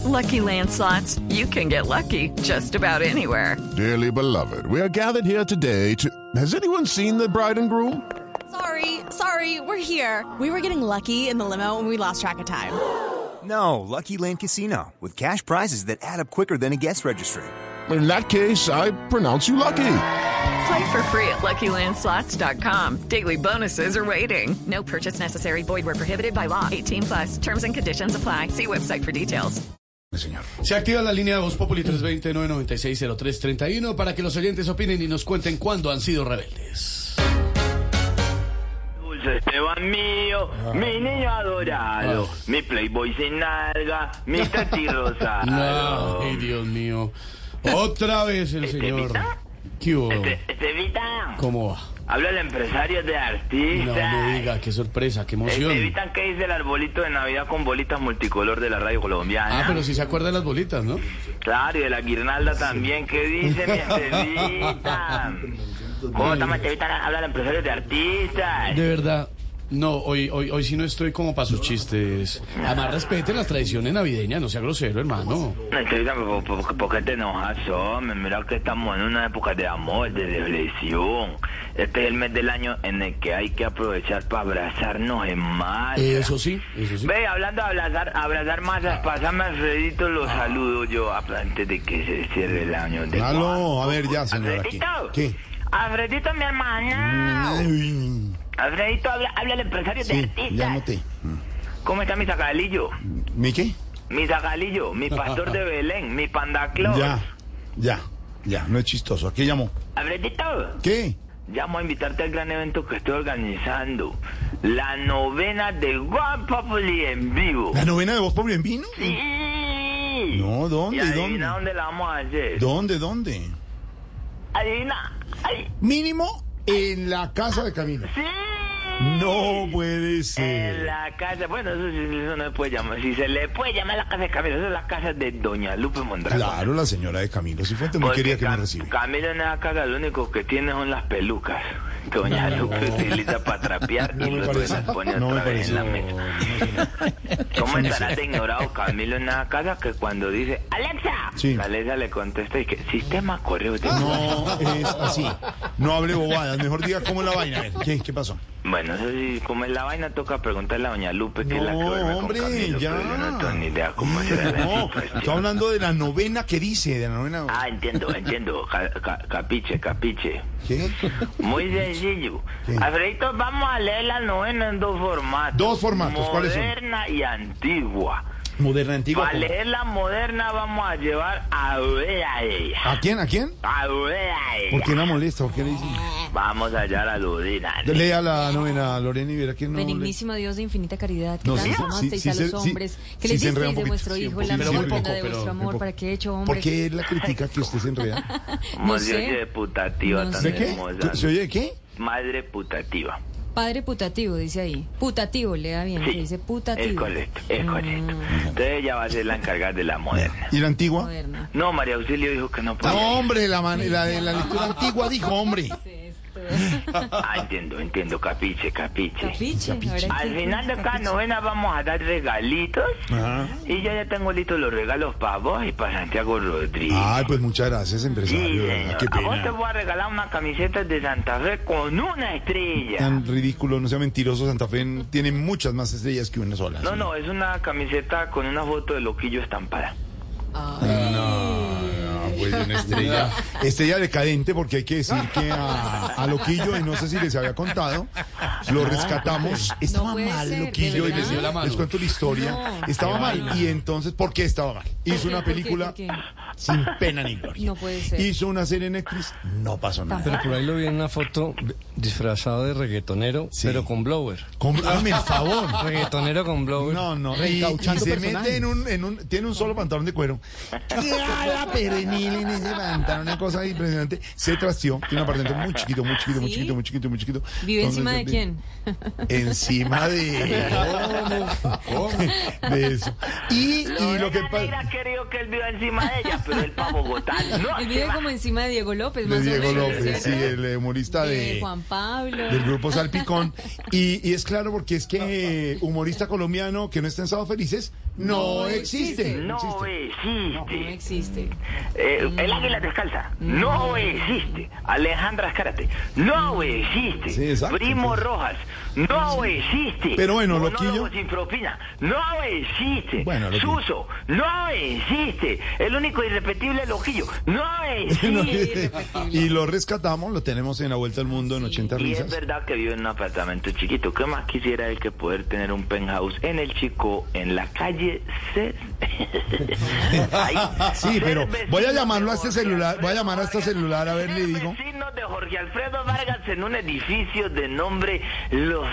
Lucky Land Slots, you can get lucky just about anywhere. Dearly beloved, we are gathered here today to... Has anyone seen the bride and groom? Sorry, we're here. We were getting lucky in the limo and we lost track of time. No, Lucky Land Casino, with cash prizes that add up quicker than a guest registry. In that case, I pronounce you lucky. Play for free at LuckyLandSlots.com. Daily bonuses are waiting. No purchase necessary. Void where prohibited by law. 18+. Terms and conditions apply. See website for details. Señor. Se activa la línea de Voz Populi 320-996-0331 para que los oyentes opinen y nos cuenten cuándo han sido rebeldes. Dulce Esteban mío, mi niño adorado, mi playboy sin nalga, mi tati rosado. No, ay, Dios mío. Otra vez el señor. ¿Estevita? ¿Qué hubo? Estevita. ¿Cómo va? Habla el empresario de No artistas. me diga, qué sorpresa, qué emoción. Estevita, ¿qué dice el arbolito de Navidad con bolitas multicolor de la radio colombiana? Ah, pero sí se acuerda de las bolitas, ¿no? Claro, y de la guirnalda también. ¿Qué dice mi Estevita? ¿Cómo está, mi Estevita? Habla el empresario de artistas. De verdad. No, hoy sí no estoy como para sus chistes. Además, respete las tradiciones navideñas, no sea grosero, hermano. Estevita, ¿por qué te enojas, hombre? Mira que estamos en una época de amor, de reflexión. Este es el mes del año en el que hay que aprovechar para abrazarnos en masa. Eso sí, eso sí. Ve, hablando de abrazar masas, pásame a Alfredito, lo saludo yo antes de que se cierre el año. Aló, a ver ya, señor, aquí. Alfredito. ¿Qué? Alfredito, mi hermano. Alfredito, habla el empresario de Sí, artistas. ya noté. ¿Cómo está mi sacalillo? ¿Mi qué? Mi sacalillo, mi pastor de Belén, mi pandaclor. Ya, no es chistoso. ¿A qué llamó? Alfredito. ¿Qué? Llamo a invitarte al gran evento que estoy organizando. La novena de Voz Populi en vivo. ¿La novena de Voz Populi en vino? Sí. No, ¿dónde? ¿Y adivina dónde la vamos a hacer? ¿Dónde? Adivina. Ay. Mínimo en la casa de Camila. Sí. No puede ser. En la casa, bueno, eso no se puede llamar. Si se le puede llamar la casa de Camilo, eso es la casa de doña Lupe Mondragón. Claro, la señora de Camilo Cifuentes muy quería que me reciba. Camilo en esa casa lo único que tiene son las pelucas que doña Lupe utiliza para trapear y luego las pone otra vez en la mesa. ¿Cómo estarás de ignorado Camilo en esa casa que cuando dice Alexa, sí, Alexa le contesta y que sistema correo de... No, es así. No hable bobadas, mejor diga cómo es la vaina. A ver, ¿qué pasó? Bueno, eso sí, como es la vaina, toca preguntarle a doña Lupe, que es la que duerme hombre, con Camilo, ya. pero yo no tengo ni idea cómo será la No, situación. estoy hablando de la novena que dice, de la novena. Ah, entiendo. Capiche. ¿Qué? Muy sencillo. ¿Qué? Alfredito, vamos a leer la novena en dos formatos. Dos formatos, ¿cuáles son? Moderna y antigua. Moderna, antigua. Para leer la moderna vamos a llevar a ver a ella. ¿A quién? ¿A quién? A ver a ella. ¿Por qué la molesta? ¿Por qué le dice? Vamos a hallar a Ludina. Lea la novena, Lorena, y verá que no. Benignísimo Dios de infinita caridad, que No, tanto sí, amasteis sí, a los sí, hombres, que sí, les se enreda disteis un de poquito, vuestro sí, Hijo un en la poquito, misma muy prenda poco, de vuestro pero amor, muy para poco. que hecho hombre. ¿Por qué la critica que usted se enreda? Madre sé. deputativa No tan sé. ¿De qué? hermosa. ¿Se oye de qué? Madre putativa. Padre putativo, dice ahí. Putativo, lea bien, Sí, que dice es putativo. correcto. Entonces ella va a ser la encargada de la moderna. ¿Y la antigua? Moderna. No, María Auxilio dijo que no No, podía. hombre, la de la lectura antigua dijo, hombre. Ah, entiendo, capiche. Capiche, ahora Al que- final de cada capiche. novena vamos a dar regalitos. Ajá. Y yo ya tengo listos los regalos para vos y para Santiago Rodríguez. Ay, pues muchas gracias, Sí, empresario. de verdad, señor. qué A vos te pena. voy a regalar una camiseta de Santa Fe con una estrella. Tan ridículo, no sea mentiroso, Santa Fe tiene muchas más estrellas que una sola. No, es una camiseta con una foto de Loquillo estampada. Pues una estrella. Estrella decadente, porque hay que decir que a Loquillo, y no sé si les había contado, lo rescatamos. Estaba puede mal ser, Loquillo, ¿de y les, verdad? les cuento la historia. No. Estaba mal. Y entonces, ¿por qué estaba mal? Hizo una ¿Por qué? película ¿Por qué? sin pena ni gloria. No puede ser. Hizo una serie en Netflix, no pasó nada. Pero por ahí lo vi en una foto disfrazado de reggaetonero, Sí. pero con blower. Hágame el favor. Reggaetonero con blower. No. Y se mete tiene un solo pantalón de cuero. ¡Qué perenil en ese pantalón! Una cosa impresionante. Se trasteó. Tiene un apartamento muy chiquito. ¿Vive encima Entonces, de quién? Encima de... ¿Cómo? De eso. Y lo que pasa... Negra ha querido que él viva encima de ella, pero él para Bogotá no. Él vive como encima de Diego López, De más Diego o menos. López, sí, ¿cierto? el humorista De Juan Pablo. del grupo Salpicón. Y es claro porque es que humorista colombiano que no está en Sábado Felices, no existe. No existe. existe. El águila descalza. No existe. Alejandra Azcárate. No existe. Sí, exacto. Primo Rojas. No existe. Pero bueno, Monólogo Loquillo. sin propina. No existe. Bueno, Loquillo. Suso. No existe. El único irrepetible Loquillo. No existe. Y lo rescatamos, lo tenemos en La Vuelta al Mundo en 80 Y es risas. verdad que vive en un apartamento chiquito. ¿Qué más quisiera él que poder tener un penthouse en el Chico, en la calle C? Ahí, Sí, ser pero vecino voy a llamarlo a de este Jorge celular, voy a Alfredo llamar a este Vargas. celular a ver, le Ser digo. vecino de Jorge Alfredo Vargas en un edificio de nombre Los...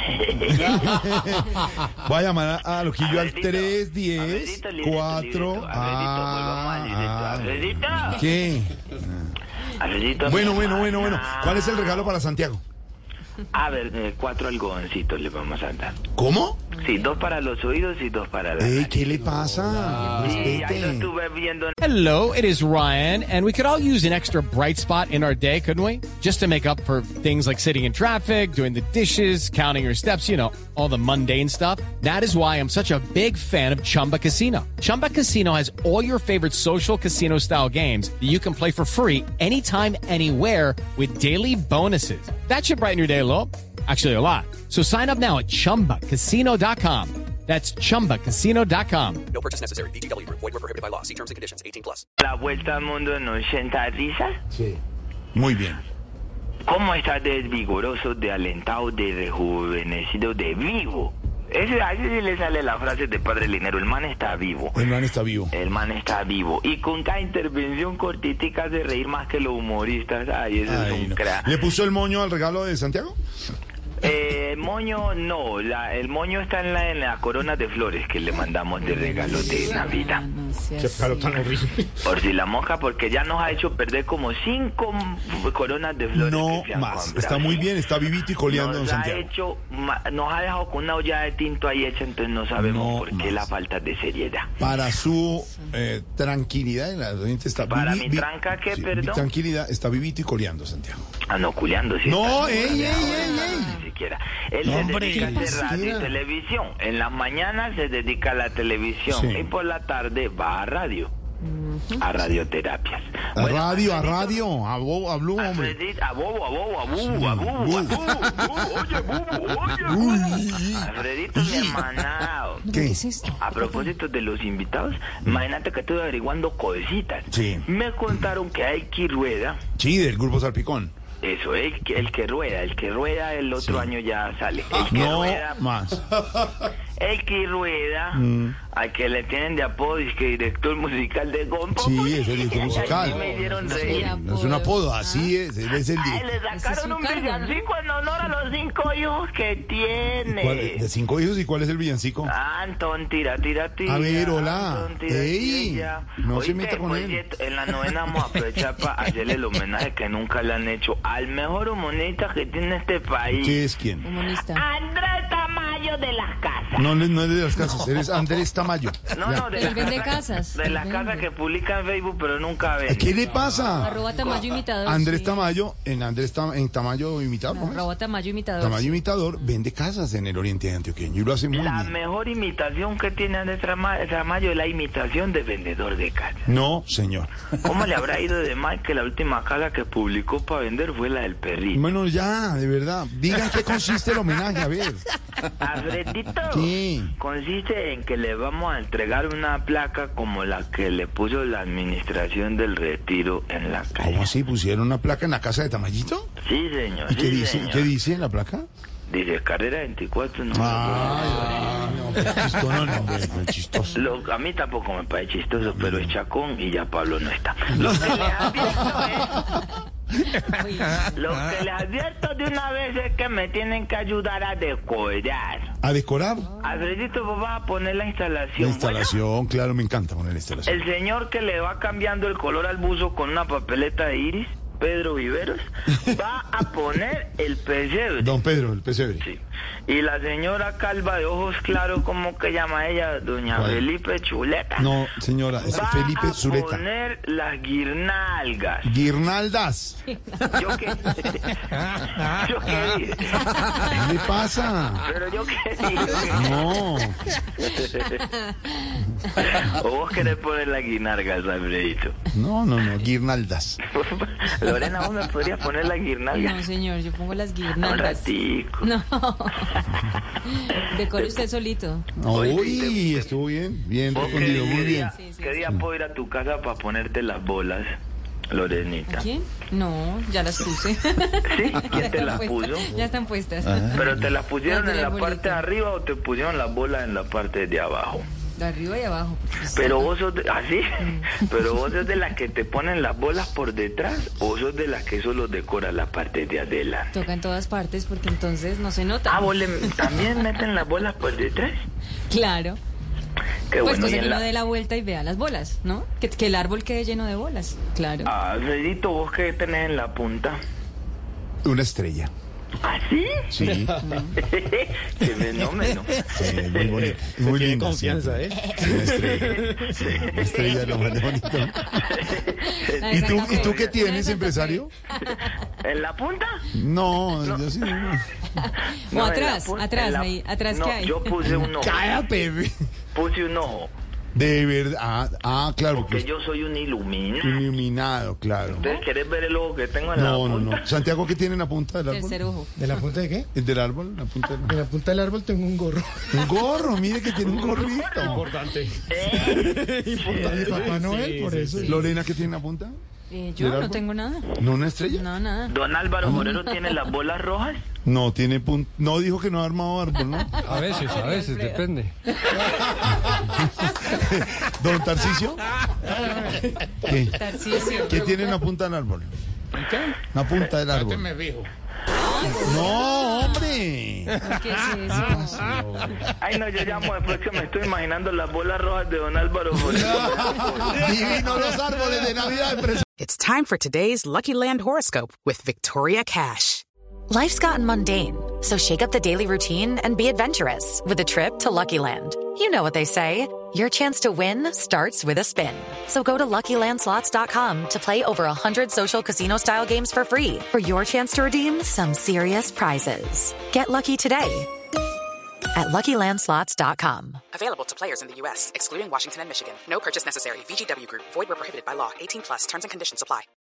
Voy a llamar a Loquillo al Alfredito, 310 Alfredito, librito, 4. librito. Alfredito, Alfredito. ¿Qué? Alfredito, Bueno, mi bueno, bueno, bueno. hermana. ¿Cuál es el regalo para Santiago? A ver, 4 algodoncitos le vamos a dar. ¿Cómo? Sí, 2 para los oídos y 2 para la nariz. ¿Qué le pasa? Sí, ahí lo Respete. estuve viendo. Hello, it is Ryan, and we could all use an extra bright spot in our day, couldn't we? Just to make up for things like sitting in traffic, doing the dishes, counting your steps, you know, all the mundane stuff. That is why I'm such a big fan of Chumba Casino. Chumba Casino has all your favorite social casino-style games that you can play for free anytime, anywhere with daily bonuses. That should brighten your day a little. Actually, a lot. So sign up now at ChumbaCasino.com. That's ChumbaCasino.com. No purchase necessary. VGW Group. Void where prohibited by law. See terms and conditions. 18+. La vuelta al mundo en 80 risas. Sí. Muy bien. ¿Cómo está de vigoroso, de alentado, de rejuvenecido, de vivo? A ese sí le sale la frase de Padre Linero. El man está vivo. El man está vivo. El man está vivo. Y con cada intervención cortitica hace reír más que los humoristas. Ay, ese es Ay, un no. crack. ¿Le puso el moño al regalo de Santiago? Moño no, el moño está en la corona de flores que le mandamos de regalo de Navidad. Por si la mosca, porque ya nos ha hecho perder como 5 coronas de flores. No que se han más. comprado. Está muy bien, está vivito y coleando don Nos ha Santiago. nos ha dejado con una olla de tinto ahí hecha, entonces no sabemos No por qué más. la falta de seriedad. Para su tranquilidad, en la oyente está ¿Para mi tranca qué, perdón? tranquilidad, está vivito y coleando Santiago. Anoculeando, sí. No, está ey, anoculeando, ni siquiera. Él No, se hombre, dedica a ¿qué hacer radio y quisiera? televisión. En las mañanas se dedica a la televisión Sí. y por la tarde va a radio. A radioterapias. A Bueno, radio, Alfredito, a Blue, hombre. Alfredito, a bobo, oye, bubu, oye, Alfredito, mi hermanado. ¿Qué? A propósito de los invitados, imagínate que estoy averiguando cositas. Sí. Me contaron que hay que rueda. Sí, del grupo Salpicón. Eso, el que rueda el otro Sí. año ya sale. El que No rueda, más. el que rueda, al que le tienen de apodo, es que director musical de Gompo. Sí, es el director musical. Me hicieron reír. No es un apodo, así es, él es el Ay, director. le sacaron un villancico en honor a los 5 hijos que tiene. ¿De 5 hijos y cuál es el villancico? Anton, tira. A ver, hola. Anton, tira, Ey, tira. no se Oíste, meta con por él. cierto, en la novena vamos a aprovechar para hacerle el homenaje que nunca le han hecho al mejor humorista que tiene este país. ¿Qué es quién? Andrés Tamayo de las Casas. No es de las casas, eres Andrés Tamayo. No, Ya. no, de las casas. De las casas que publica en Facebook, pero nunca vende. ¿Qué le pasa? Arroba Tamayo imitador. Andrés sí. Tamayo, en Tamayo imitador. ¿cómo es? Arroba Tamayo imitador. Tamayo sí. imitador vende casas en el oriente antioqueño y lo hace muy La bien. mejor imitación que tiene Andrés Tamayo es la imitación de vendedor de casas. No, señor. ¿Cómo le habrá ido de mal que la última casa que publicó para vender fue la del perrito? Bueno, ya, de verdad. Diga en qué consiste el homenaje, a ver. Alfredito, ¿Qué? consiste en que le vamos a entregar una placa como la que le puso la administración del Retiro en la calle. ¿Cómo así? ¿Pusieron una placa en la casa de Tamayito? Sí, señor. ¿Y qué sí, dice? señor. ¿Qué dice la placa? Dice carrera 24. No, No, hombre, chistoso. A mí tampoco me parece chistoso, pero es chacón y ya Pablo no está. Lo que les advierto de una vez es que me tienen que ayudar a decorar. ¿A decorar? Alfredito, vos vas a poner la instalación. La instalación, claro, me encanta poner la instalación. El señor que le va cambiando el color al buzo con una papeleta de iris, Pedro Viveros, va a poner el pesebre. Don Pedro, el pesebre. Sí. Y la señora calva de ojos claros, ¿cómo que llama ella? Doña ¿Cuál? Felipe Chuleta. No, señora, es Va Felipe a Zuleta. poner las guirnalgas. Guirnaldas. ¿Yo qué? ¿Yo qué dije? ¿Qué le pasa? Pero yo qué dije. No. ¿O vos querés poner las guirnalgas, Alfredito? No, guirnaldas. Lorena, ¿vos me podrías poner las guirnalgas? No, señor, yo pongo las Un guirnaldas. ratico. No. Decore usted solito. Uy, estuvo bien, bien ¿Vos respondido, muy bien. ¿Qué día puedo ir a tu casa para ponerte las bolas, Lorenita? ¿Quién? No, ya las puse. ¿Sí? ¿Quién te las puestas. puso? Ya están puestas. ¿Pero te las pusieron Las en del la parte de arbolito. arriba o te pusieron las bolas en la parte de abajo? De arriba y abajo. Pero vos sos ¿así? Pero vos sos de las que te ponen las bolas por detrás o sos de las que solo decoras la parte de adelante. Toca en todas partes porque entonces no se nota. Ah, ¿vos también meten las bolas por detrás? Claro. Qué Pues bueno. cosa y que en uno dé la vuelta y vea las bolas, ¿no? Que el árbol quede lleno de bolas. Claro. Ah, Alfredito, ¿vos qué tenés en la punta? Una estrella. ¿Ah, sí? Sí. Qué fenómeno. Sí, muy bonita. Muy linda. confianza, siempre. Sí, una estrella. Sí, una estrella es lo más bonito. La de ¿Y Santa Fe. tú qué La de tienes, Santa empresario? ¿En la punta? No, yo sí. O en la atrás, en la- ahí, atrás, no, ¿qué hay? yo puse un ojo. Cállate. Puse un ojo. De verdad. Claro. Porque yo soy un iluminado. Iluminado, claro. Entonces, ¿querés ver el ojo que tengo en la No, punta? no. Santiago, ¿qué tiene en la punta del árbol? Tercer ojo. ¿De la punta de qué? ¿Del árbol? ¿La punta del De la punta del árbol tengo un gorro. Un gorro, mire que tiene un gorrito. Importante. De Papá Noel, por eso. Lorena, ¿qué tiene en la punta? Yo ¿Del no árbol? tengo nada. ¿No una estrella? No, nada. ¿Don Álvaro Moreno tiene las bolas rojas? No, tiene punta. No, dijo que no ha armado árbol, ¿no? A veces, depende. ¿Don Tarcisio? ¿Qué? Tarcisio. ¿Qué tiene en la punta del árbol? La punta del árbol. No, hombre. ¿Qué es eso? Ay, no, yo llamo después que me estoy imaginando las bolas rojas de Don Álvaro Moreno. Divinos los árboles de Navidad. It's time for today's Lucky Land horoscope with Victoria Cash. Life's gotten mundane, so shake up the daily routine and be adventurous with a trip to Lucky Land. You know what they say, your chance to win starts with a spin. So go to LuckyLandSlots.com to play over 100 social casino-style games for free for your chance to redeem some serious prizes. Get lucky today at LuckyLandSlots.com. Available to players in the U.S., excluding Washington and Michigan. No purchase necessary. VGW Group. Void where prohibited by law. 18+. Terms and conditions apply.